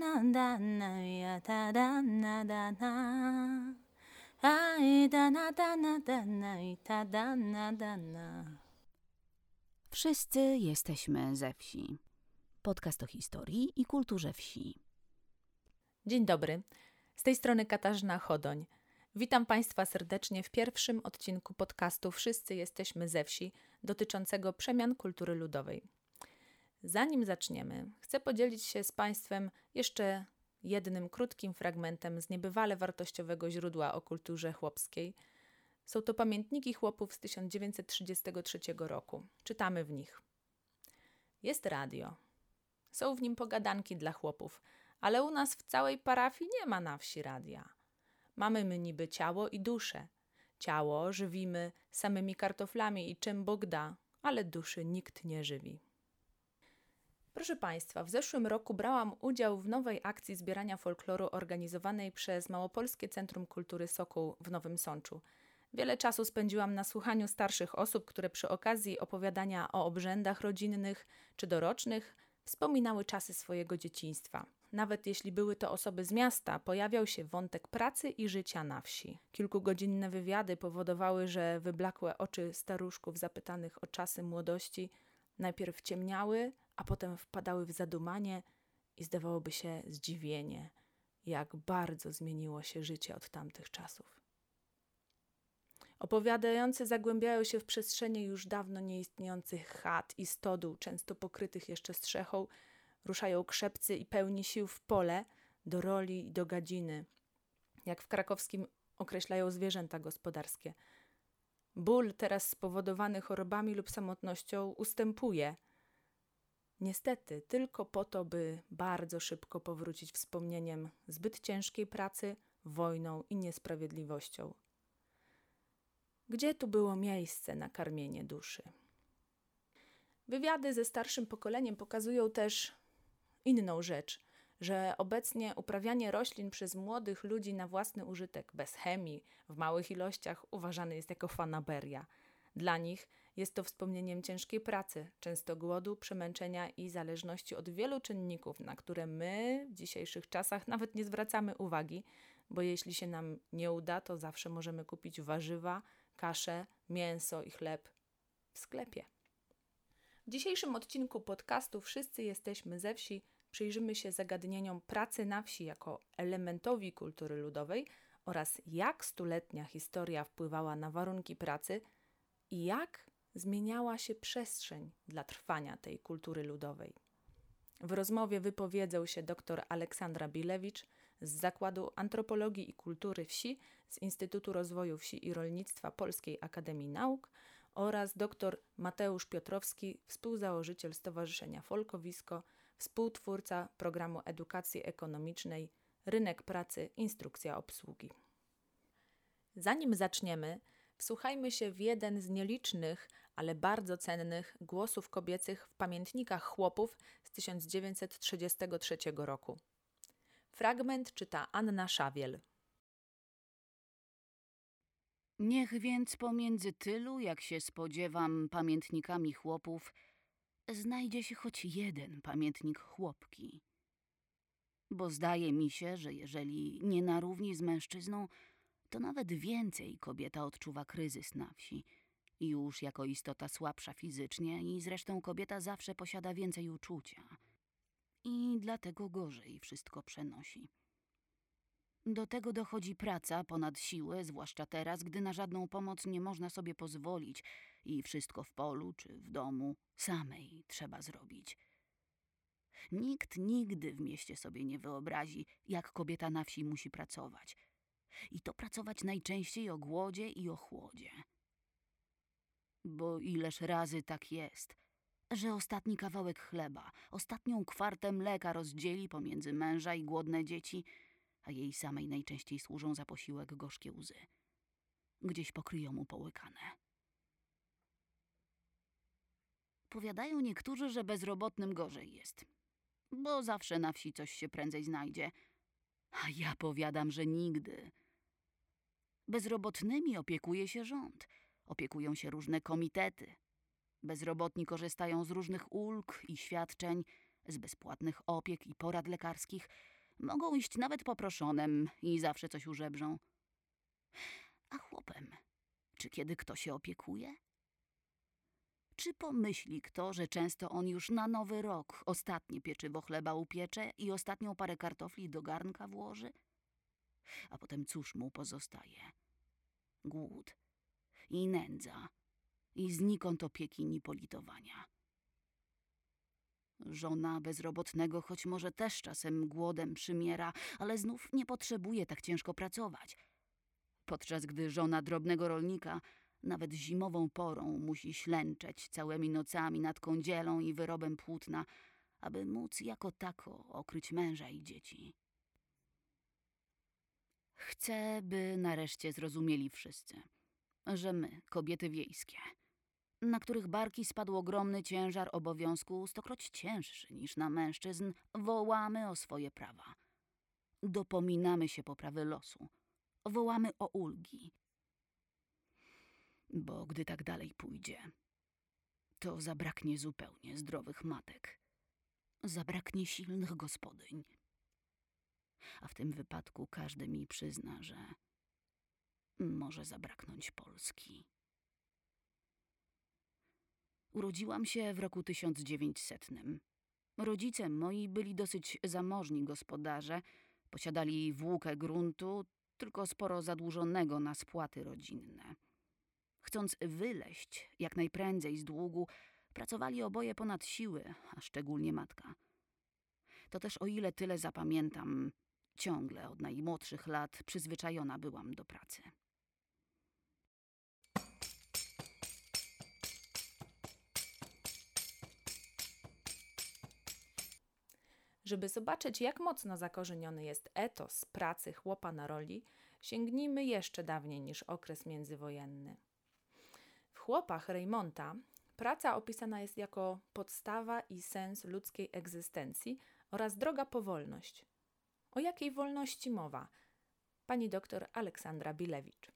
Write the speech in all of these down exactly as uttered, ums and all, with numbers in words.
na da na ja ta da na da na. Aj da na da na da na i ta da na da na. Wszyscy jesteśmy ze wsi. Podcast o historii i kulturze wsi. Dzień dobry, z tej strony Katarzyna Chodoń. Witam Państwa serdecznie w pierwszym odcinku podcastu Wszyscy jesteśmy ze wsi dotyczącego przemian kultury ludowej. Zanim zaczniemy, chcę podzielić się z Państwem jeszcze jednym krótkim fragmentem z niebywale wartościowego źródła o kulturze chłopskiej. Są to pamiętniki chłopów z tysiąc dziewięćset trzydziestego trzeciego roku. Czytamy w nich. Jest radio. Są w nim pogadanki dla chłopów, ale u nas w całej parafii nie ma na wsi radia. Mamy my niby ciało i duszę. Ciało żywimy samymi kartoflami i czym Bóg da, ale duszy nikt nie żywi. Proszę Państwa, w zeszłym roku brałam udział w nowej akcji zbierania folkloru organizowanej przez Małopolskie Centrum Kultury Sokół w Nowym Sączu. Wiele czasu spędziłam na słuchaniu starszych osób, które przy okazji opowiadania o obrzędach rodzinnych czy dorocznych wspominały czasy swojego dzieciństwa. Nawet jeśli były to osoby z miasta, pojawiał się wątek pracy i życia na wsi. Kilkugodzinne wywiady powodowały, że wyblakłe oczy staruszków zapytanych o czasy młodości najpierw ciemniały, a potem wpadały w zadumanie i zdawałoby się zdziwienie, jak bardzo zmieniło się życie od tamtych czasów. Opowiadający zagłębiają się w przestrzenie już dawno nieistniejących chat i stodół, często pokrytych jeszcze strzechą, ruszają krzepcy i pełni sił w pole, do roli i do gadziny, jak w krakowskim określają zwierzęta gospodarskie. Ból teraz spowodowany chorobami lub samotnością ustępuje. Niestety tylko po to, by bardzo szybko powrócić wspomnieniem zbyt ciężkiej pracy, wojną i niesprawiedliwością. Gdzie tu było miejsce na karmienie duszy? Wywiady ze starszym pokoleniem pokazują też inną rzecz, że obecnie uprawianie roślin przez młodych ludzi na własny użytek, bez chemii, w małych ilościach uważane jest jako fanaberia. Dla nich jest to wspomnieniem ciężkiej pracy, często głodu, przemęczenia i zależności od wielu czynników, na które my w dzisiejszych czasach nawet nie zwracamy uwagi, bo jeśli się nam nie uda, to zawsze możemy kupić warzywa, kaszę, mięso i chleb w sklepie. W dzisiejszym odcinku podcastu Wszyscy jesteśmy ze wsi przyjrzymy się zagadnieniom pracy na wsi jako elementowi kultury ludowej oraz jak stuletnia historia wpływała na warunki pracy i jak zmieniała się przestrzeń dla trwania tej kultury ludowej. W rozmowie wypowiedzą się dr Aleksandra Bilewicz z Zakładu Antropologii i Kultury Wsi z Instytutu Rozwoju Wsi i Rolnictwa Polskiej Akademii Nauk oraz dr Mateusz Piotrowski, współzałożyciel Stowarzyszenia Folkowisko, współtwórca programu edukacji ekonomicznej Rynek Pracy, Instrukcja Obsługi. Zanim zaczniemy, wsłuchajmy się w jeden z nielicznych, ale bardzo cennych głosów kobiecych w pamiętnikach chłopów z tysiąc dziewięćset trzydziestego trzeciego roku. Fragment czyta Anna Szawiel. Niech więc pomiędzy tylu, jak się spodziewam, pamiętnikami chłopów, znajdzie się choć jeden pamiętnik chłopki. Bo zdaje mi się, że jeżeli nie na równi z mężczyzną, to nawet więcej kobieta odczuwa kryzys na wsi. Już jako istota słabsza fizycznie i zresztą kobieta zawsze posiada więcej uczucia. I dlatego gorzej wszystko przenosi. Do tego dochodzi praca ponad siłę, zwłaszcza teraz, gdy na żadną pomoc nie można sobie pozwolić i wszystko w polu czy w domu samej trzeba zrobić. Nikt nigdy w mieście sobie nie wyobrazi, jak kobieta na wsi musi pracować. I to pracować najczęściej o głodzie i o chłodzie. Bo ileż razy tak jest, że ostatni kawałek chleba, ostatnią kwartę mleka rozdzieli pomiędzy męża i głodne dzieci, a jej samej najczęściej służą za posiłek gorzkie łzy. Gdzieś pokryją mu połykane. Powiadają niektórzy, że bezrobotnym gorzej jest, bo zawsze na wsi coś się prędzej znajdzie. A ja powiadam, że nigdy. Bezrobotnymi opiekuje się rząd, opiekują się różne komitety. Bezrobotni korzystają z różnych ulg i świadczeń, z bezpłatnych opiek i porad lekarskich, mogą iść nawet poproszonem i zawsze coś użebrzą. A chłopem, czy kiedy kto się opiekuje? Czy pomyśli kto, że często on już na nowy rok ostatnie pieczywo chleba upiecze i ostatnią parę kartofli do garnka włoży? A potem cóż mu pozostaje? Głód i nędza i znikąd opieki ni politowania. Żona bezrobotnego choć może też czasem głodem przymiera, ale znów nie potrzebuje tak ciężko pracować. Podczas gdy żona drobnego rolnika nawet zimową porą musi ślęczeć całymi nocami nad kądzielą i wyrobem płótna, aby móc jako tako okryć męża i dzieci. Chcę, by nareszcie zrozumieli wszyscy, że my, kobiety wiejskie, na których barki spadł ogromny ciężar obowiązku, stokroć cięższy niż na mężczyzn, wołamy o swoje prawa. Dopominamy się poprawy losu. Wołamy o ulgi. Bo gdy tak dalej pójdzie, to zabraknie zupełnie zdrowych matek. Zabraknie silnych gospodyń. A w tym wypadku każdy mi przyzna, że może zabraknąć Polski. Urodziłam się w roku tysiąc dziewięćsetnym. Rodzice moi byli dosyć zamożni gospodarze, posiadali włókę gruntu, tylko sporo zadłużonego na spłaty rodzinne. Chcąc wyleść jak najprędzej z długu, pracowali oboje ponad siły, a szczególnie matka. To też, o ile tyle zapamiętam, ciągle od najmłodszych lat przyzwyczajona byłam do pracy. Żeby zobaczyć, jak mocno zakorzeniony jest etos pracy chłopa na roli, sięgnijmy jeszcze dawniej niż okres międzywojenny. W Chłopach Reymonta praca opisana jest jako podstawa i sens ludzkiej egzystencji oraz droga po wolność. O jakiej wolności mowa? Pani doktor Aleksandra Bilewicz.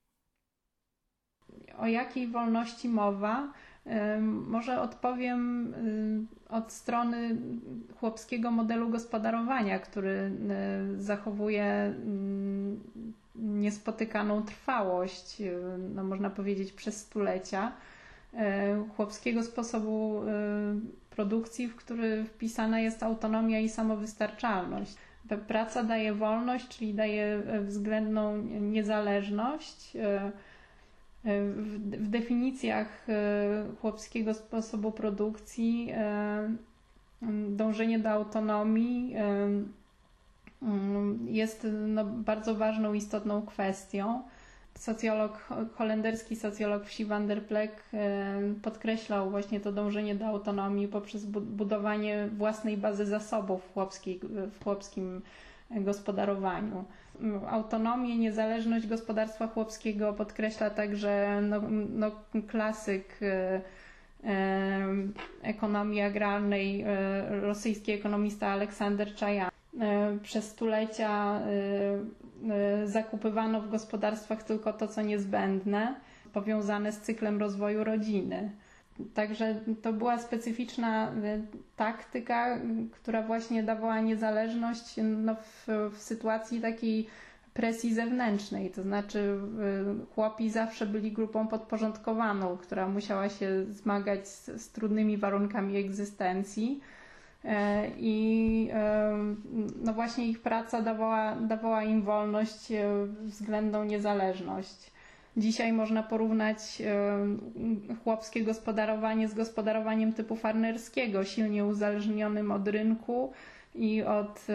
O jakiej wolności mowa? Może odpowiem od strony chłopskiego modelu gospodarowania, który zachowuje niespotykaną trwałość, no można powiedzieć przez stulecia, chłopskiego sposobu produkcji, w który wpisana jest autonomia i samowystarczalność. Praca daje wolność, czyli daje względną niezależność. W definicjach chłopskiego sposobu produkcji dążenie do autonomii jest no, bardzo ważną, istotną kwestią. Socjolog, holenderski socjolog wsi Van der Pleck podkreślał właśnie to dążenie do autonomii poprzez budowanie własnej bazy zasobów w, chłopskiej, w chłopskim gospodarowaniu. Autonomię, niezależność gospodarstwa chłopskiego podkreśla także no, no, klasyk e, e, ekonomii agrarnej, e, rosyjski ekonomista Aleksander Czajan. E, przez stulecia e, e, zakupywano w gospodarstwach tylko to, co niezbędne, powiązane z cyklem rozwoju rodziny. Także to była specyficzna taktyka, która właśnie dawała niezależność no, w, w sytuacji takiej presji zewnętrznej. To znaczy chłopi zawsze byli grupą podporządkowaną, która musiała się zmagać z, z trudnymi warunkami egzystencji i no właśnie ich praca dawała, dawała im wolność, względną niezależność. Dzisiaj można porównać chłopskie gospodarowanie z gospodarowaniem typu farmerskiego, silnie uzależnionym od rynku i od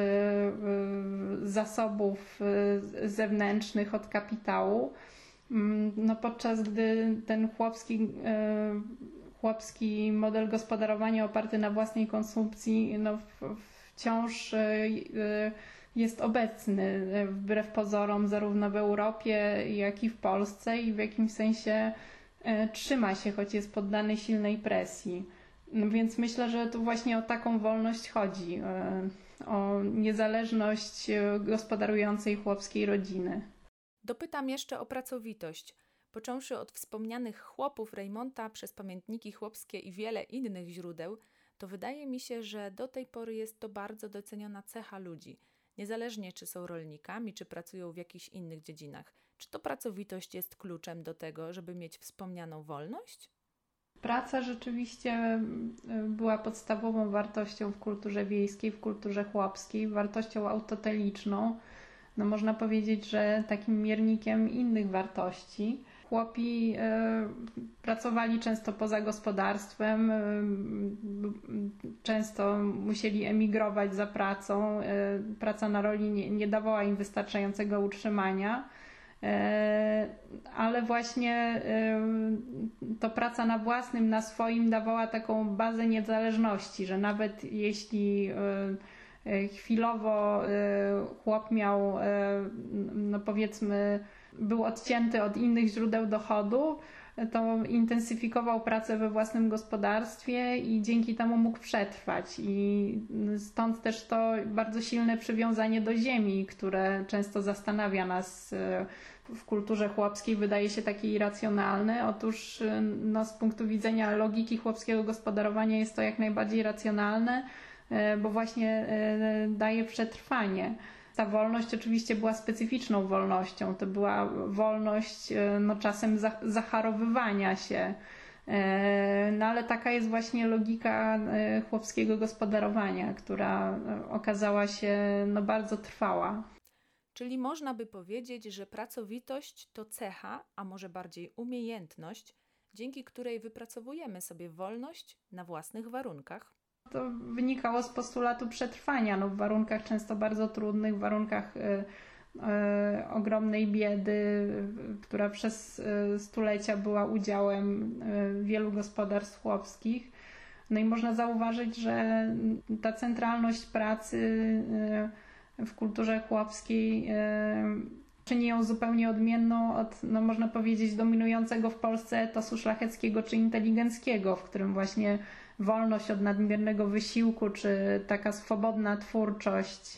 zasobów zewnętrznych, od kapitału. No podczas gdy ten chłopski, chłopski model gospodarowania oparty na własnej konsumpcji no wciąż jest obecny wbrew pozorom zarówno w Europie, jak i w Polsce i w jakimś sensie trzyma się, choć jest poddany silnej presji. Więc myślę, że tu właśnie o taką wolność chodzi, o niezależność gospodarującej chłopskiej rodziny. Dopytam jeszcze o pracowitość. Począwszy od wspomnianych chłopów Reymonta przez pamiętniki chłopskie i wiele innych źródeł, to wydaje mi się, że do tej pory jest to bardzo doceniona cecha ludzi, niezależnie czy są rolnikami, czy pracują w jakichś innych dziedzinach. Czy to pracowitość jest kluczem do tego, żeby mieć wspomnianą wolność? Praca rzeczywiście była podstawową wartością w kulturze wiejskiej, w kulturze chłopskiej, wartością autoteliczną. No można powiedzieć, że takim miernikiem innych wartości. Chłopi y, pracowali często poza gospodarstwem, y, często musieli emigrować za pracą. Y, praca na roli nie, nie dawała im wystarczającego utrzymania. Ale właśnie to praca na własnym, na swoim dawała taką bazę niezależności, że nawet jeśli chwilowo chłop miał, no powiedzmy, był odcięty od innych źródeł dochodu, to intensyfikował pracę we własnym gospodarstwie i dzięki temu mógł przetrwać. I stąd też to bardzo silne przywiązanie do ziemi, które często zastanawia nas w kulturze chłopskiej, wydaje się takie irracjonalne. Otóż no, z punktu widzenia logiki chłopskiego gospodarowania jest to jak najbardziej racjonalne, bo właśnie daje przetrwanie. Ta wolność oczywiście była specyficzną wolnością. To była wolność no, czasem zacharowywania się. No ale taka jest właśnie logika chłopskiego gospodarowania, która okazała się no, bardzo trwała. Czyli można by powiedzieć, że pracowitość to cecha, a może bardziej umiejętność, dzięki której wypracowujemy sobie wolność na własnych warunkach. To wynikało z postulatu przetrwania, no, w warunkach często bardzo trudnych, w warunkach y, y, ogromnej biedy, y, która przez y, stulecia była udziałem y, wielu gospodarstw chłopskich. No i można zauważyć, że ta centralność pracy y, w kulturze chłopskiej y, czyni ją zupełnie odmienną od, no można powiedzieć, dominującego w Polsce etosu szlacheckiego czy inteligenckiego, w którym właśnie wolność od nadmiernego wysiłku, czy taka swobodna twórczość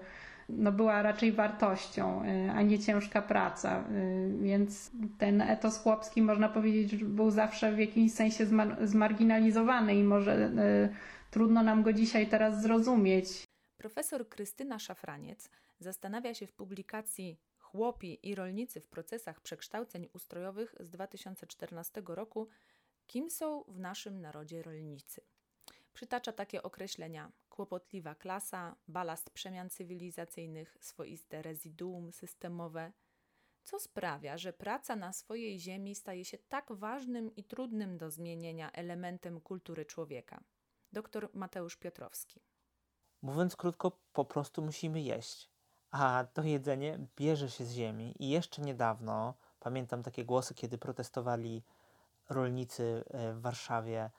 no była raczej wartością, a nie ciężka praca. Więc ten etos chłopski, można powiedzieć, że był zawsze w jakimś sensie zmarginalizowany i może trudno nam go dzisiaj teraz zrozumieć. Profesor Krystyna Szafraniec zastanawia się w publikacji Chłopi i rolnicy w procesach przekształceń ustrojowych z dwa tysiące czternastego roku, kim są w naszym narodzie rolnicy. Przytacza takie określenia: kłopotliwa klasa, balast przemian cywilizacyjnych, swoiste rezyduum systemowe. Co sprawia, że praca na swojej ziemi staje się tak ważnym i trudnym do zmienienia elementem kultury człowieka? Doktor Mateusz Piotrowski. Mówiąc krótko, po prostu musimy jeść. A to jedzenie bierze się z ziemi i jeszcze niedawno, pamiętam takie głosy, kiedy protestowali rolnicy w Warszawie,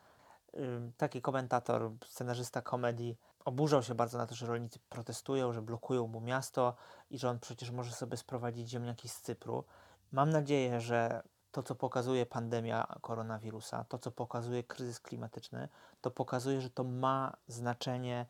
taki komentator, scenarzysta komedii oburzał się bardzo na to, że rolnicy protestują, że blokują mu miasto i że on przecież może sobie sprowadzić ziemniaki z Cypru. Mam nadzieję, że to, co pokazuje pandemia koronawirusa, to, co pokazuje kryzys klimatyczny, to pokazuje, że to ma znaczenie,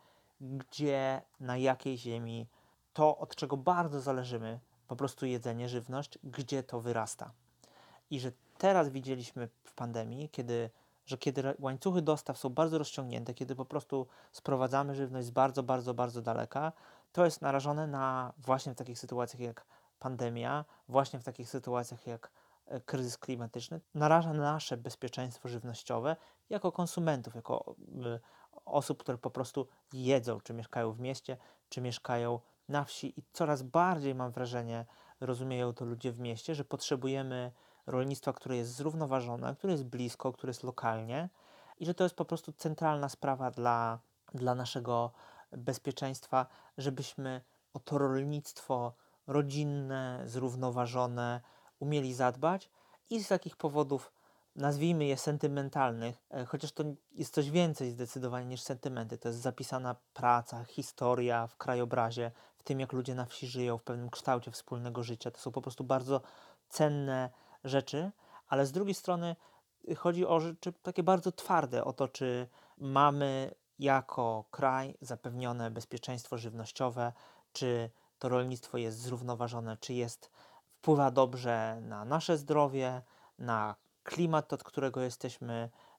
gdzie, na jakiej ziemi, to, od czego bardzo zależymy, po prostu jedzenie, żywność, gdzie to wyrasta. I że teraz widzieliśmy w pandemii, kiedy, że kiedy łańcuchy dostaw są bardzo rozciągnięte, kiedy po prostu sprowadzamy żywność z bardzo, bardzo, bardzo daleka, to jest narażone na właśnie w takich sytuacjach jak pandemia, właśnie w takich sytuacjach jak kryzys klimatyczny, naraża nasze bezpieczeństwo żywnościowe jako konsumentów, jako y, osób, które po prostu jedzą, czy mieszkają w mieście, czy mieszkają na wsi i coraz bardziej, mam wrażenie, rozumieją to ludzie w mieście, że potrzebujemy rolnictwa, które jest zrównoważone, które jest blisko, które jest lokalnie i że to jest po prostu centralna sprawa dla, dla naszego bezpieczeństwa, żebyśmy o to rolnictwo rodzinne, zrównoważone umieli zadbać i z takich powodów, nazwijmy je sentymentalnych, chociaż to jest coś więcej zdecydowanie niż sentymenty. To jest zapisana praca, historia w krajobrazie, w tym jak ludzie na wsi żyją, w pewnym kształcie wspólnego życia. To są po prostu bardzo cenne rzeczy, ale z drugiej strony chodzi o rzeczy takie bardzo twarde, o to, czy mamy jako kraj zapewnione bezpieczeństwo żywnościowe, czy to rolnictwo jest zrównoważone, czy jest, wpływa dobrze na nasze zdrowie, na klimat, od którego jesteśmy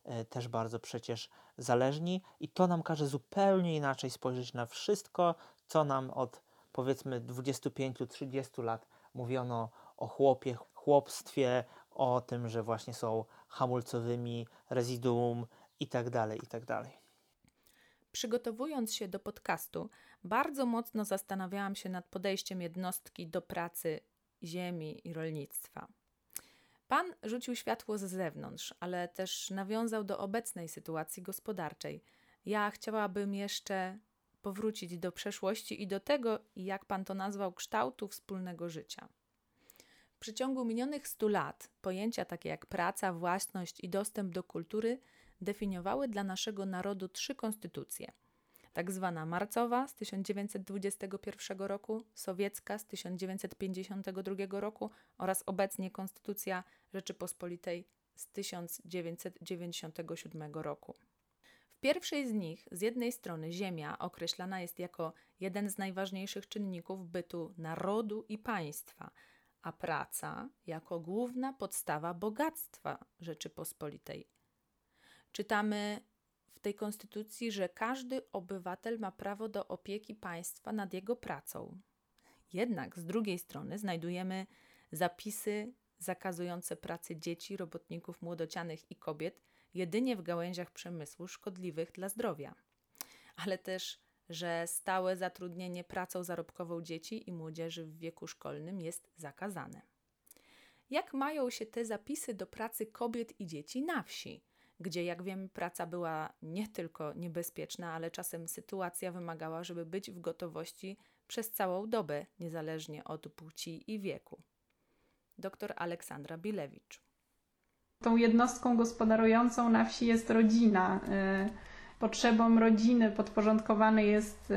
e, też bardzo przecież zależni i to nam każe zupełnie inaczej spojrzeć na wszystko, co nam od powiedzmy dwudziestu pięciu do trzydziestu lat mówiono o chłopie, chłopstwie, o tym, że właśnie są hamulcowymi, rezyduum i tak dalej, i tak dalej. Przygotowując się do podcastu, bardzo mocno zastanawiałam się nad podejściem jednostki do pracy, ziemi i rolnictwa. Pan rzucił światło z zewnątrz, ale też nawiązał do obecnej sytuacji gospodarczej. Ja chciałabym jeszcze powrócić do przeszłości i do tego, jak Pan to nazwał, kształtu wspólnego życia. W przeciągu minionych stu lat pojęcia takie jak praca, własność i dostęp do kultury definiowały dla naszego narodu trzy konstytucje. Tak zwana marcowa z tysiąc dziewięćset dwudziestego pierwszego roku, sowiecka z tysiąc dziewięćset pięćdziesiątego drugiego roku oraz obecnie Konstytucja Rzeczypospolitej z tysiąc dziewięćset dziewięćdziesiątego siódmego roku. W pierwszej z nich z jednej strony ziemia określana jest jako jeden z najważniejszych czynników bytu narodu i państwa, a praca jako główna podstawa bogactwa Rzeczypospolitej. Czytamy w tej konstytucji, że każdy obywatel ma prawo do opieki państwa nad jego pracą. Jednak z drugiej strony znajdujemy zapisy zakazujące pracy dzieci, robotników młodocianych i kobiet jedynie w gałęziach przemysłu szkodliwych dla zdrowia. Ale też, że stałe zatrudnienie pracą zarobkową dzieci i młodzieży w wieku szkolnym jest zakazane. Jak mają się te zapisy do pracy kobiet i dzieci na wsi, gdzie, jak wiemy, praca była nie tylko niebezpieczna, ale czasem sytuacja wymagała, żeby być w gotowości przez całą dobę, niezależnie od płci i wieku. Doktor Aleksandra Bilewicz. Tą jednostką gospodarującą na wsi jest rodzina. Potrzebom rodziny podporządkowana jest,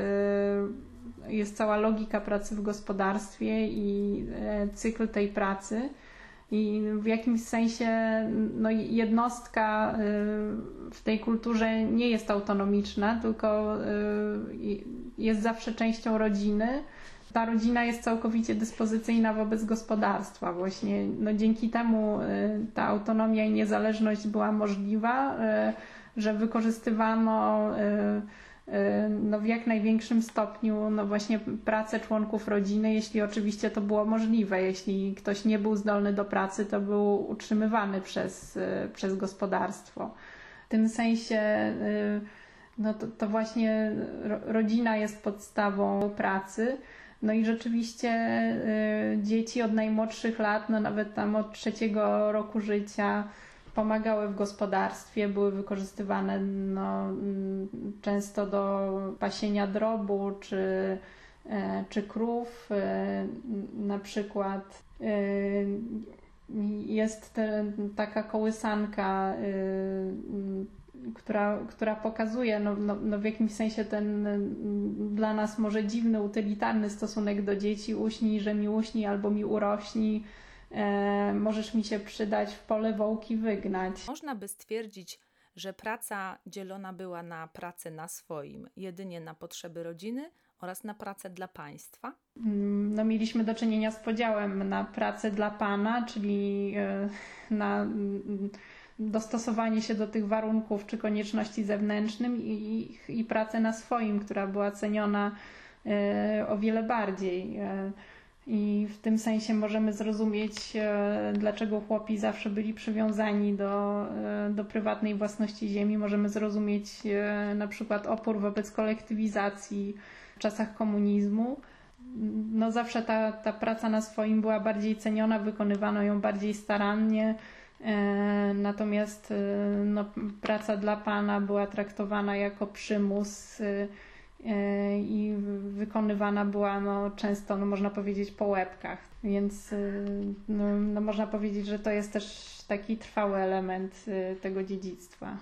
jest cała logika pracy w gospodarstwie i cykl tej pracy. I w jakimś sensie no, jednostka w tej kulturze nie jest autonomiczna, tylko jest zawsze częścią rodziny. Ta rodzina jest całkowicie dyspozycyjna wobec gospodarstwa. Właśnie no, dzięki temu ta autonomia i niezależność była możliwa, że wykorzystywano no, w jak największym stopniu no, właśnie pracę członków rodziny, jeśli oczywiście to było możliwe. Jeśli ktoś nie był zdolny do pracy, to był utrzymywany przez, przez gospodarstwo. W tym sensie no, to, to właśnie rodzina jest podstawą pracy. No i rzeczywiście y, dzieci od najmłodszych lat, no nawet tam od trzeciego roku życia pomagały w gospodarstwie, były wykorzystywane no, y, często do pasienia drobu czy, y, czy krów. Y, na przykład y, jest te, taka kołysanka, y, Która, która pokazuje no, no, no w jakimś sensie ten dla nas może dziwny, utylitarny stosunek do dzieci. Uśnij, że mi uśnij albo mi urośnij, e, możesz mi się przydać, w pole wołki wygnać. Można by stwierdzić, że praca dzielona była na pracę na swoim, jedynie na potrzeby rodziny oraz na pracę dla państwa. No, mieliśmy do czynienia z podziałem na pracę dla pana, czyli e, na dostosowanie się do tych warunków czy konieczności zewnętrznym i, i, i pracę na swoim, która była ceniona e, o wiele bardziej. E, I w tym sensie możemy zrozumieć, e, dlaczego chłopi zawsze byli przywiązani do, e, do prywatnej własności ziemi. Możemy zrozumieć e, na przykład opór wobec kolektywizacji w czasach komunizmu. No zawsze ta, ta praca na swoim była bardziej ceniona, wykonywano ją bardziej starannie. Natomiast no, praca dla pana była traktowana jako przymus i wykonywana była no, często, no, można powiedzieć, po łebkach. Więc no, no, można powiedzieć, że to jest też taki trwały element tego dziedzictwa.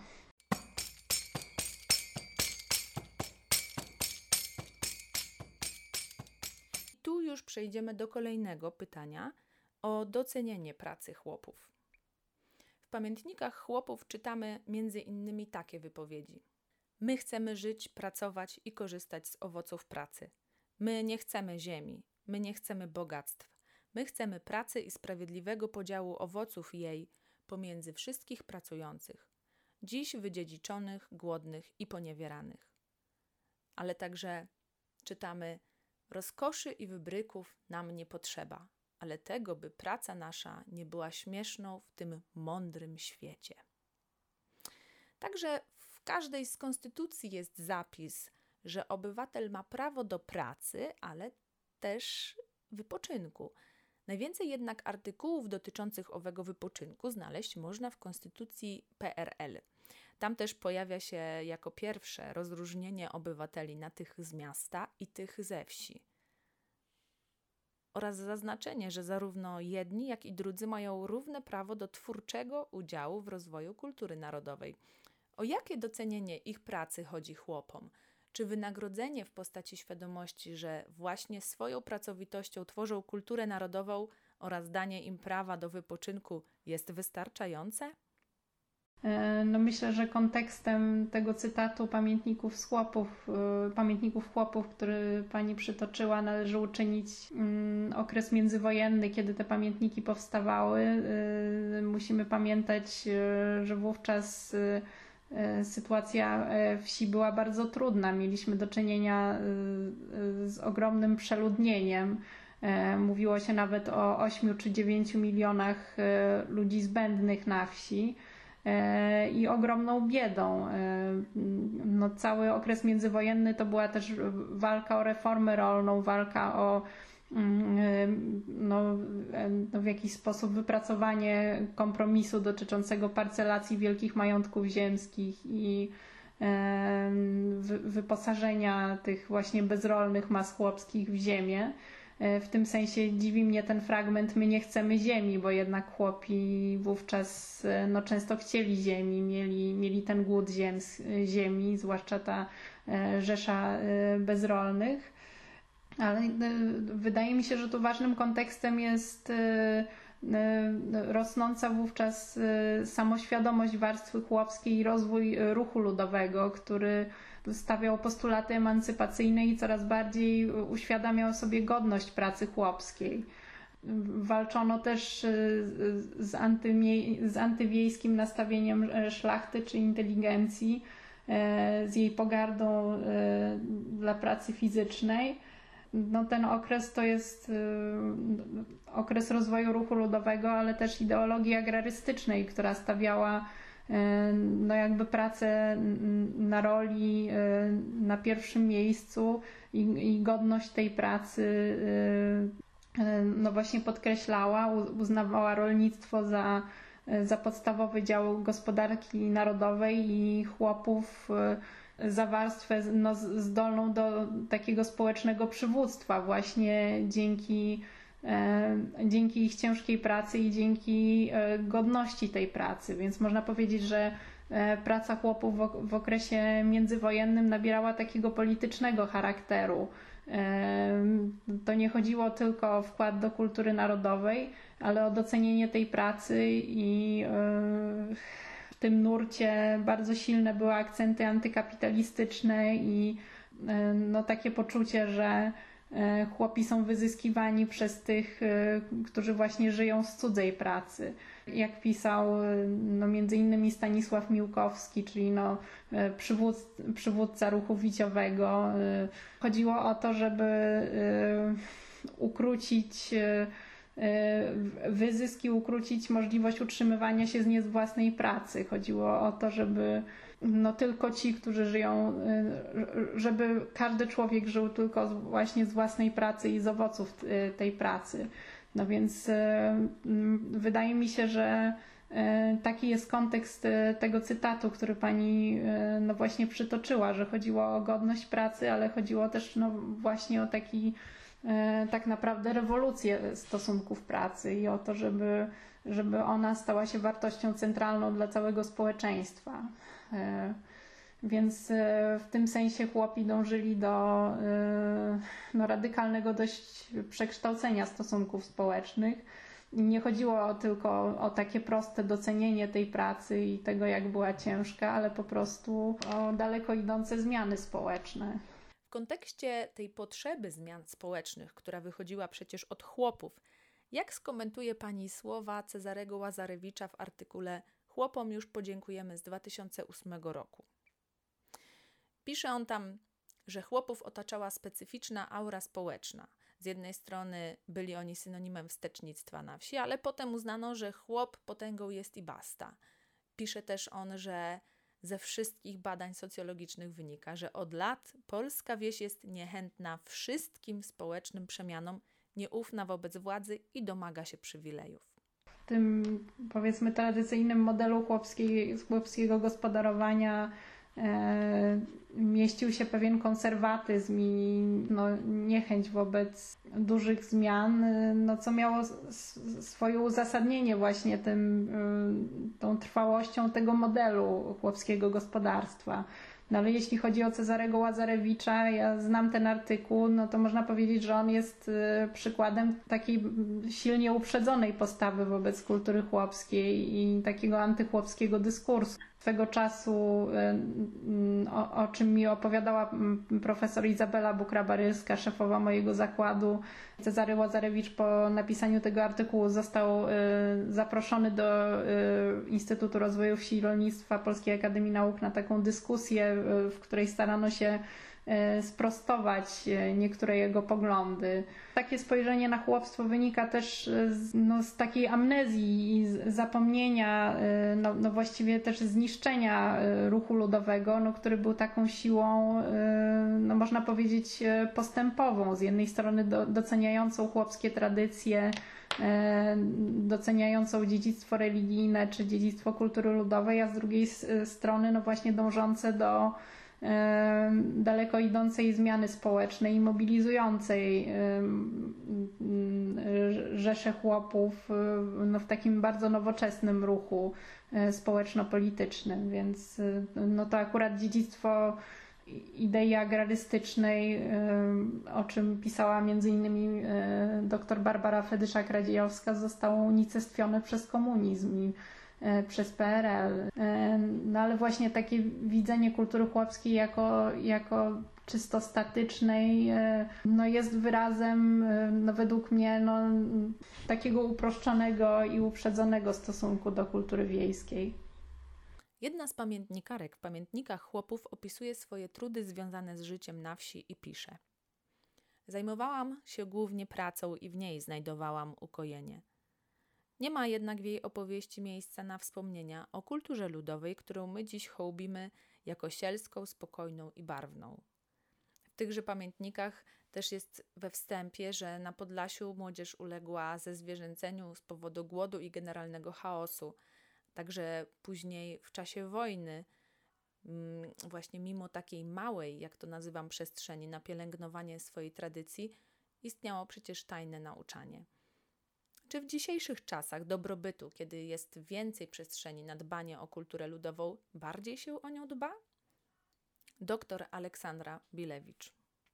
Tu już przejdziemy do kolejnego pytania o docenienie pracy chłopów. W pamiętnikach chłopów czytamy między innymi takie wypowiedzi. My chcemy żyć, pracować i korzystać z owoców pracy. My nie chcemy ziemi, my nie chcemy bogactw. My chcemy pracy i sprawiedliwego podziału owoców jej pomiędzy wszystkich pracujących. dziś wydziedziczonych, głodnych i poniewieranych. Ale także czytamy: rozkoszy i wybryków nam nie potrzeba, ale tego, by praca nasza nie była śmieszną w tym mądrym świecie. Także w każdej z konstytucji jest zapis, że obywatel ma prawo do pracy, ale też wypoczynku. Najwięcej jednak artykułów dotyczących owego wypoczynku znaleźć można w Konstytucji P R L. Tam też pojawia się jako pierwsze rozróżnienie obywateli na tych z miasta i tych ze wsi. Oraz zaznaczenie, że zarówno jedni, jak i drudzy mają równe prawo do twórczego udziału w rozwoju kultury narodowej. O jakie docenienie ich pracy chodzi chłopom? Czy wynagrodzenie w postaci świadomości, że właśnie swoją pracowitością tworzą kulturę narodową oraz danie im prawa do wypoczynku jest wystarczające? No myślę, że kontekstem tego cytatu pamiętników z chłopów, pamiętników chłopów, który pani przytoczyła, należy uczynić okres międzywojenny, kiedy te pamiętniki powstawały. Musimy pamiętać, że wówczas sytuacja wsi była bardzo trudna. Mieliśmy do czynienia z ogromnym przeludnieniem. Mówiło się nawet o ośmiu czy dziewięciu milionach ludzi zbędnych na wsi i ogromną biedą. No, cały okres międzywojenny to była też walka o reformę rolną, walka o no, no w jakiś sposób wypracowanie kompromisu dotyczącego parcelacji wielkich majątków ziemskich i wyposażenia tych właśnie bezrolnych mas chłopskich w ziemię. W tym sensie dziwi mnie ten fragment: my nie chcemy ziemi, bo jednak chłopi wówczas no, często chcieli ziemi, mieli, mieli ten głód ziem, ziemi, zwłaszcza ta rzesza bezrolnych. Ale wydaje mi się, że tu ważnym kontekstem jest rosnąca wówczas samoświadomość warstwy chłopskiej i rozwój ruchu ludowego, który stawiał postulaty emancypacyjne i coraz bardziej uświadamiał sobie godność pracy chłopskiej. Walczono też z, antymie- z antywiejskim nastawieniem szlachty czy inteligencji, z jej pogardą dla pracy fizycznej. No, ten okres to jest okres rozwoju ruchu ludowego, ale też ideologii agrarystycznej, która stawiała no jakby pracę na roli na pierwszym miejscu i, i godność tej pracy no właśnie podkreślała, uznawała rolnictwo za, za podstawowy dział gospodarki narodowej i chłopów za warstwę no, zdolną do takiego społecznego przywództwa właśnie dzięki dzięki ich ciężkiej pracy i dzięki godności tej pracy. Więc można powiedzieć, że praca chłopów w okresie międzywojennym nabierała takiego politycznego charakteru. To nie chodziło tylko o wkład do kultury narodowej, ale o docenienie tej pracy i w tym nurcie bardzo silne były akcenty antykapitalistyczne i no, takie poczucie, że chłopi są wyzyskiwani przez tych, którzy właśnie żyją z cudzej pracy. Jak pisał no, między innymi Stanisław Miłkowski, czyli no, przywódz, przywódca ruchu wiciowego. Chodziło o to, żeby ukrócić wyzysk i ukrócić możliwość utrzymywania się z nie z własnej pracy. Chodziło o to, żeby no tylko ci, którzy żyją, żeby każdy człowiek żył tylko właśnie z własnej pracy i z owoców tej pracy. No więc wydaje mi się, że taki jest kontekst tego cytatu, który pani no właśnie przytoczyła, że chodziło o godność pracy, ale chodziło też no właśnie o taki tak naprawdę rewolucję stosunków pracy i o to, żeby, żeby ona stała się wartością centralną dla całego społeczeństwa. Więc w tym sensie chłopi dążyli do no, radykalnego dość przekształcenia stosunków społecznych. Nie chodziło tylko o takie proste docenienie tej pracy i tego, jak była ciężka, ale po prostu o daleko idące zmiany społeczne. W kontekście tej potrzeby zmian społecznych, która wychodziła przecież od chłopów, jak skomentuje pani słowa Cezarego Łazarewicza w artykule chłopom już podziękujemy z dwa tysiące ósmego roku. Pisze on tam, że chłopów otaczała specyficzna aura społeczna. Z jednej strony byli oni synonimem wstecznictwa na wsi, ale potem uznano, że chłop potęgą jest i basta. Pisze też on, że ze wszystkich badań socjologicznych wynika, że od lat polska wieś jest niechętna wszystkim społecznym przemianom, nieufna wobec władzy i domaga się przywilejów. W tym, powiedzmy, tradycyjnym modelu chłopskiej, chłopskiego gospodarowania e, mieścił się pewien konserwatyzm i no, niechęć wobec dużych zmian, no, co miało s- swoje uzasadnienie właśnie tym, y, tą trwałością tego modelu chłopskiego gospodarstwa. No ale jeśli chodzi o Cezarego Łazarewicza, ja znam ten artykuł, no to można powiedzieć, że on jest y, przykładem takiej silnie uprzedzonej postawy wobec kultury chłopskiej i takiego antychłopskiego dyskursu. Swego czasu, y, o, o czym mi opowiadała profesor Izabela Bukra-Barylska, szefowa mojego zakładu, Cezary Łazarewicz po napisaniu tego artykułu został y, zaproszony do y, Instytutu Rozwoju Wsi i Rolnictwa Polskiej Akademii Nauk na taką dyskusję, y, w której starano się y, sprostować y, niektóre jego poglądy. Takie spojrzenie na chłopstwo wynika też z, no, z takiej amnezji i z zapomnienia, y, no, no właściwie też zniszczenia y, ruchu ludowego, no, który był taką siłą, y, no można powiedzieć, y, postępową. Z jednej strony do, doceniającą chłopskie tradycje, y, doceniającą dziedzictwo religijne czy dziedzictwo kultury ludowej, a z drugiej y, strony no właśnie dążące do daleko idącej zmiany społecznej i mobilizującej rzesze chłopów no, w takim bardzo nowoczesnym ruchu społeczno-politycznym, więc no, to akurat dziedzictwo idei agrarystycznej, o czym pisała między innymi dr Barbara Fedyszak-Radziejowska, zostało unicestwione przez komunizm i przez P R L. No ale właśnie takie widzenie kultury chłopskiej jako, jako czysto statycznej no jest wyrazem no według mnie no, takiego uproszczonego i uprzedzonego stosunku do kultury wiejskiej. Jedna z pamiętnikarek w pamiętnikach chłopów opisuje swoje trudy związane z życiem na wsi i pisze: zajmowałam się głównie pracą i w niej znajdowałam ukojenie. Nie ma jednak w jej opowieści miejsca na wspomnienia o kulturze ludowej, którą my dziś hołbimy jako sielską, spokojną i barwną. W tychże pamiętnikach też jest we wstępie, że na Podlasiu młodzież uległa zezwierzęceniu z powodu głodu i generalnego chaosu. Także później w czasie wojny, właśnie mimo takiej małej, jak to nazywam, przestrzeni na pielęgnowanie swojej tradycji, istniało przecież tajne nauczanie. Czy w dzisiejszych czasach dobrobytu, kiedy jest więcej przestrzeni na dbanie o kulturę ludową, bardziej się o nią dba? Doktor Aleksandra Bilewicz.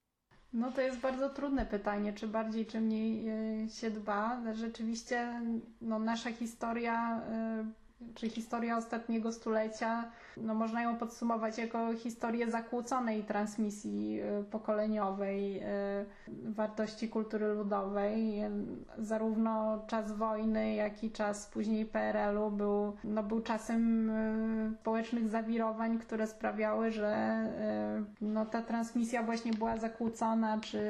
No to jest bardzo trudne pytanie, czy bardziej, czy mniej się dba. Rzeczywiście no, nasza historia, czy historia ostatniego stulecia, no, można ją podsumować jako historię zakłóconej transmisji pokoleniowej wartości kultury ludowej. Zarówno czas wojny, jak i czas później P R L u był, no, był czasem społecznych zawirowań, które sprawiały, że no, ta transmisja właśnie była zakłócona, czy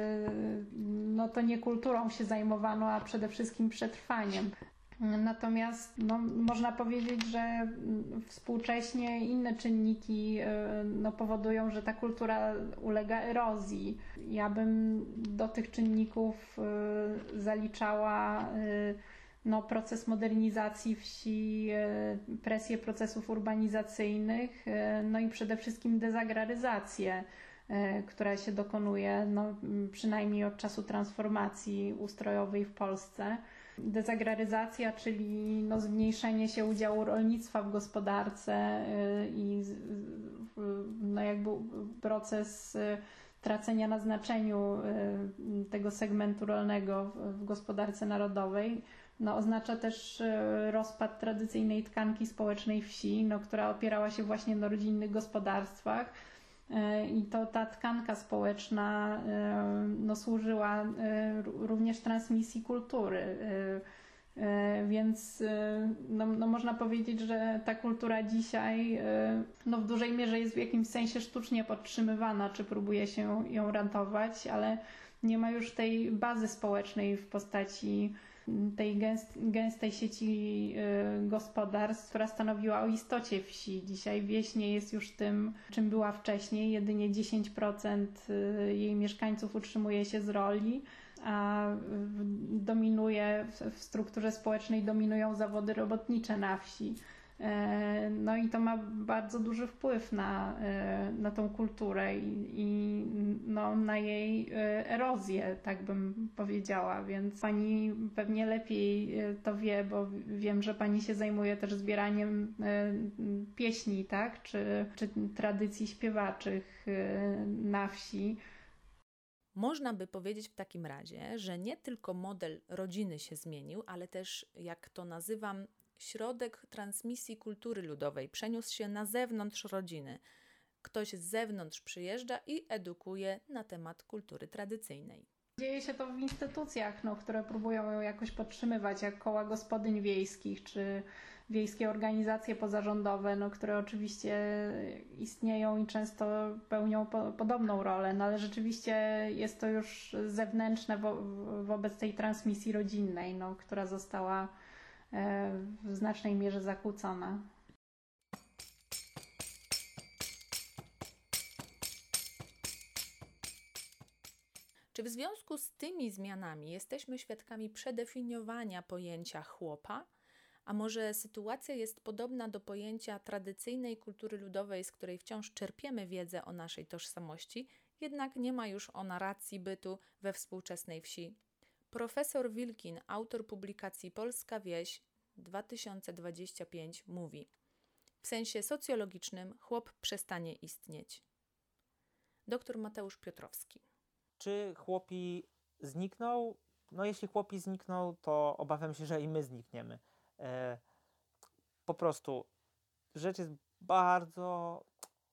no, to nie kulturą się zajmowano, a przede wszystkim przetrwaniem. Natomiast no, można powiedzieć, że współcześnie inne czynniki no, powodują, że ta kultura ulega erozji. Ja bym do tych czynników zaliczała no, proces modernizacji wsi, presję procesów urbanizacyjnych, no i przede wszystkim dezagraryzację, która się dokonuje no, przynajmniej od czasu transformacji ustrojowej w Polsce. Dezagraryzacja, czyli no, zmniejszenie się udziału rolnictwa w gospodarce i no, jakby proces tracenia na znaczeniu tego segmentu rolnego w gospodarce narodowej. No, oznacza też rozpad tradycyjnej tkanki społecznej wsi, no, która opierała się właśnie na rodzinnych gospodarstwach. I to ta tkanka społeczna no, służyła również transmisji kultury. Więc no, no można powiedzieć, że ta kultura dzisiaj no w dużej mierze jest w jakimś sensie sztucznie podtrzymywana, czy próbuje się ją ratować, ale nie ma już tej bazy społecznej w postaci tej gęst, gęstej sieci gospodarstw, która stanowiła o istocie wsi. Dzisiaj wieś nie jest już tym, czym była wcześniej. Jedynie dziesięć procent jej mieszkańców utrzymuje się z roli, a dominuje, w strukturze społecznej dominują zawody robotnicze na wsi. No i to ma bardzo duży wpływ na, na tą kulturę i, i no, na jej erozję, tak bym powiedziała, więc pani pewnie lepiej to wie, bo wiem, że pani się zajmuje też zbieraniem pieśni, tak, czy, czy tradycji śpiewaczych na wsi. Można by powiedzieć w takim razie, że nie tylko model rodziny się zmienił, ale też, jak to nazywam, środek transmisji kultury ludowej przeniósł się na zewnątrz rodziny. Ktoś z zewnątrz przyjeżdża i edukuje na temat kultury tradycyjnej. Dzieje się to w instytucjach, no, które próbują ją jakoś podtrzymywać, jak koła gospodyń wiejskich, czy wiejskie organizacje pozarządowe, no, które oczywiście istnieją i często pełnią po, podobną rolę, no, ale rzeczywiście jest to już zewnętrzne wo, wobec tej transmisji rodzinnej, no, która została w znacznej mierze zakłócona. Czy w związku z tymi zmianami jesteśmy świadkami przedefiniowania pojęcia chłopa? A może sytuacja jest podobna do pojęcia tradycyjnej kultury ludowej, z której wciąż czerpiemy wiedzę o naszej tożsamości, jednak nie ma już ona racji bytu we współczesnej wsi? Profesor Wilkin, autor publikacji Polska Wieś dwa tysiące dwudziesty piąty, mówi: w sensie socjologicznym chłop przestanie istnieć. Doktor Mateusz Piotrowski. Czy chłopi znikną? No jeśli chłopi znikną, to obawiam się, że i my znikniemy. E, po prostu rzecz jest bardzo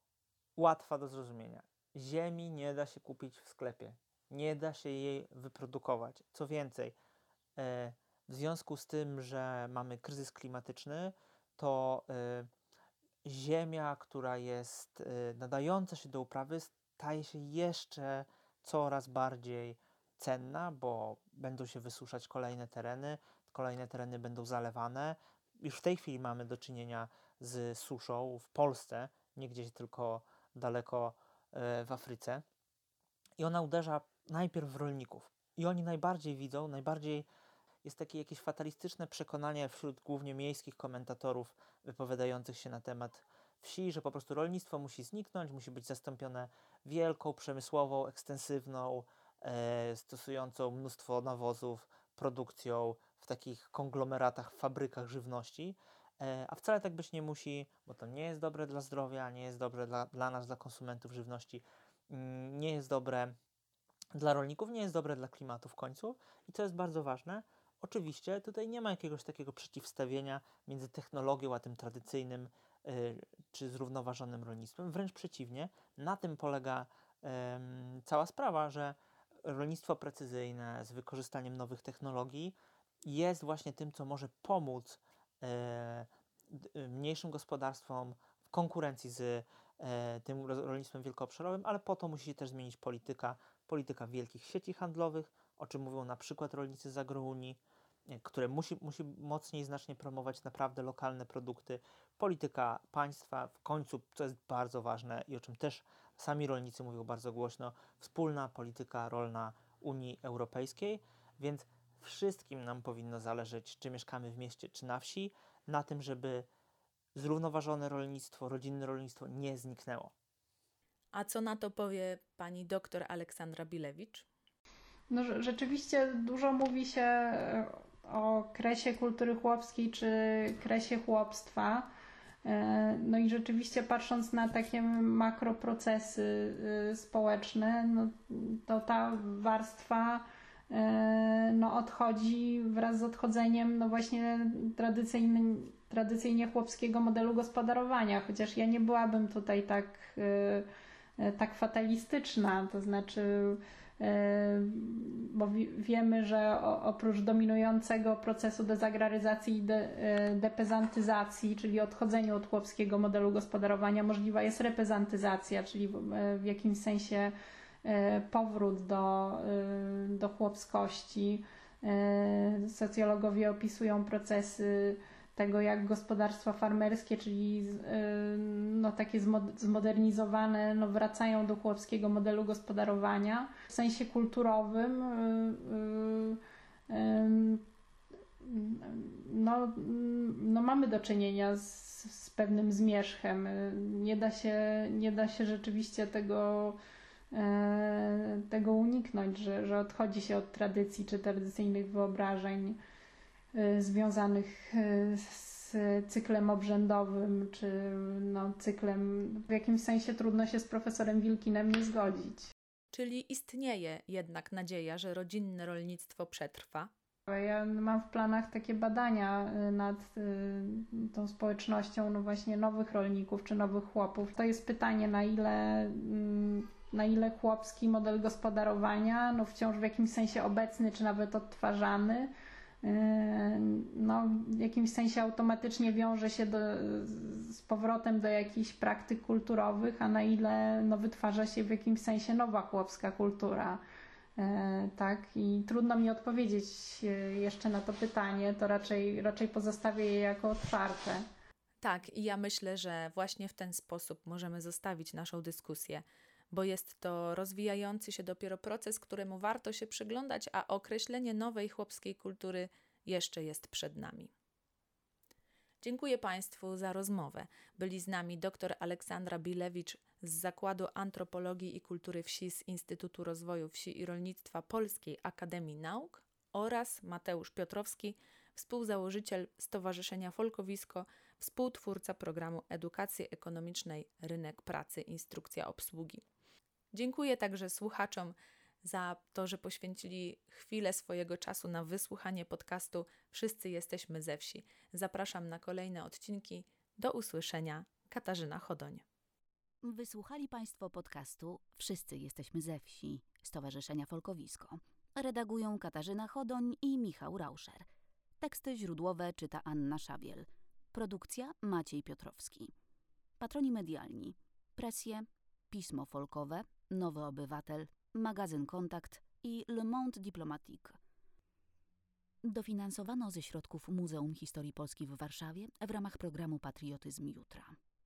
łatwa do zrozumienia. Ziemi nie da się kupić w sklepie. Nie da się jej wyprodukować. Co więcej, e, w związku z tym, że mamy kryzys klimatyczny, to e, ziemia, która jest e, nadająca się do uprawy, staje się jeszcze coraz bardziej cenna, bo będą się wysuszać kolejne tereny, kolejne tereny będą zalewane. Już w tej chwili mamy do czynienia z suszą w Polsce, nie gdzieś tylko daleko e, w Afryce. I ona uderza najpierw w rolników. I oni najbardziej widzą, najbardziej jest takie jakieś fatalistyczne przekonanie wśród głównie miejskich komentatorów wypowiadających się na temat wsi, że po prostu rolnictwo musi zniknąć, musi być zastąpione wielką, przemysłową, ekstensywną, e, stosującą mnóstwo nawozów, produkcją w takich konglomeratach, fabrykach żywności, e, a wcale tak być nie musi, bo to nie jest dobre dla zdrowia, nie jest dobre dla, dla nas, dla konsumentów żywności, mm, nie jest dobre dla rolników, nie jest dobre dla klimatu w końcu i to jest bardzo ważne. Oczywiście tutaj nie ma jakiegoś takiego przeciwstawienia między technologią a tym tradycyjnym y, czy zrównoważonym rolnictwem. Wręcz przeciwnie, na tym polega y, cała sprawa, że rolnictwo precyzyjne z wykorzystaniem nowych technologii jest właśnie tym, co może pomóc y, y, mniejszym gospodarstwom w konkurencji z y, tym rolnictwem wielkoobszarowym, ale po to musi się też zmienić polityka, polityka wielkich sieci handlowych, o czym mówią na przykład rolnicy z Agrounii, które musi, musi mocniej znacznie promować naprawdę lokalne produkty. Polityka państwa, w końcu, co jest bardzo ważne i o czym też sami rolnicy mówią bardzo głośno, wspólna polityka rolna Unii Europejskiej, więc wszystkim nam powinno zależeć, czy mieszkamy w mieście, czy na wsi, na tym, żeby zrównoważone rolnictwo, rodzinne rolnictwo nie zniknęło. A co na to powie pani doktor Aleksandra Bilewicz? No, rzeczywiście dużo mówi się o kresie kultury chłopskiej czy kresie chłopstwa. No i rzeczywiście patrząc na takie makroprocesy społeczne, no, to ta warstwa no, odchodzi wraz z odchodzeniem no właśnie tradycyjny, tradycyjnie chłopskiego modelu gospodarowania, chociaż ja nie byłabym tutaj tak, tak fatalistyczna, to znaczy bo wiemy, że oprócz dominującego procesu dezagraryzacji i de, depezantyzacji, czyli odchodzenia od chłopskiego modelu gospodarowania, możliwa jest repezantyzacja, czyli w jakimś sensie powrót do, do chłopskości. Socjologowie opisują procesy tego, jak gospodarstwa farmerskie, czyli no, takie zmodernizowane, no, wracają do chłopskiego modelu gospodarowania. W sensie kulturowym no, no, mamy do czynienia z, z pewnym zmierzchem. Nie da się, nie da się rzeczywiście tego, tego uniknąć, że, że odchodzi się od tradycji czy tradycyjnych wyobrażeń związanych z cyklem obrzędowym, czy no, cyklem, w jakimś sensie trudno się z profesorem Wilkinem nie zgodzić. Czyli istnieje jednak nadzieja, że rodzinne rolnictwo przetrwa? Ja mam w planach takie badania nad tą społecznością no właśnie nowych rolników czy nowych chłopów. To jest pytanie, na ile, na ile chłopski model gospodarowania, no wciąż w jakimś sensie obecny czy nawet odtwarzany, no, w jakimś sensie automatycznie wiąże się do, z powrotem do jakichś praktyk kulturowych, a na ile no, wytwarza się w jakimś sensie nowa chłopska kultura. E, tak, i trudno mi odpowiedzieć jeszcze na to pytanie, to raczej, raczej pozostawię je jako otwarte. Tak, i ja myślę, że właśnie w ten sposób możemy zostawić naszą dyskusję, bo jest to rozwijający się dopiero proces, któremu warto się przyglądać, a określenie nowej chłopskiej kultury jeszcze jest przed nami. Dziękuję Państwu za rozmowę. Byli z nami dr Aleksandra Bilewicz z Zakładu Antropologii i Kultury Wsi z Instytutu Rozwoju Wsi i Rolnictwa Polskiej Akademii Nauk oraz Mateusz Piotrowski, współzałożyciel Stowarzyszenia Folkowisko, współtwórca programu Edukacji Ekonomicznej Rynek Pracy Instrukcja Obsługi. Dziękuję także słuchaczom za to, że poświęcili chwilę swojego czasu na wysłuchanie podcastu Wszyscy jesteśmy ze wsi. Zapraszam na kolejne odcinki. Do usłyszenia. Katarzyna Chodoń. Wysłuchali Państwo podcastu Wszyscy jesteśmy ze wsi Stowarzyszenia Folkowisko. Redagują Katarzyna Chodoń i Michał Rauscher. Teksty źródłowe czyta Anna Szabiel. Produkcja Maciej Piotrowski. Patroni medialni: Presje, Pismo Folkowe, Nowy Obywatel, Magazyn Kontakt i Le Monde Diplomatique. Dofinansowano ze środków Muzeum Historii Polski w Warszawie w ramach programu Patriotyzm Jutra.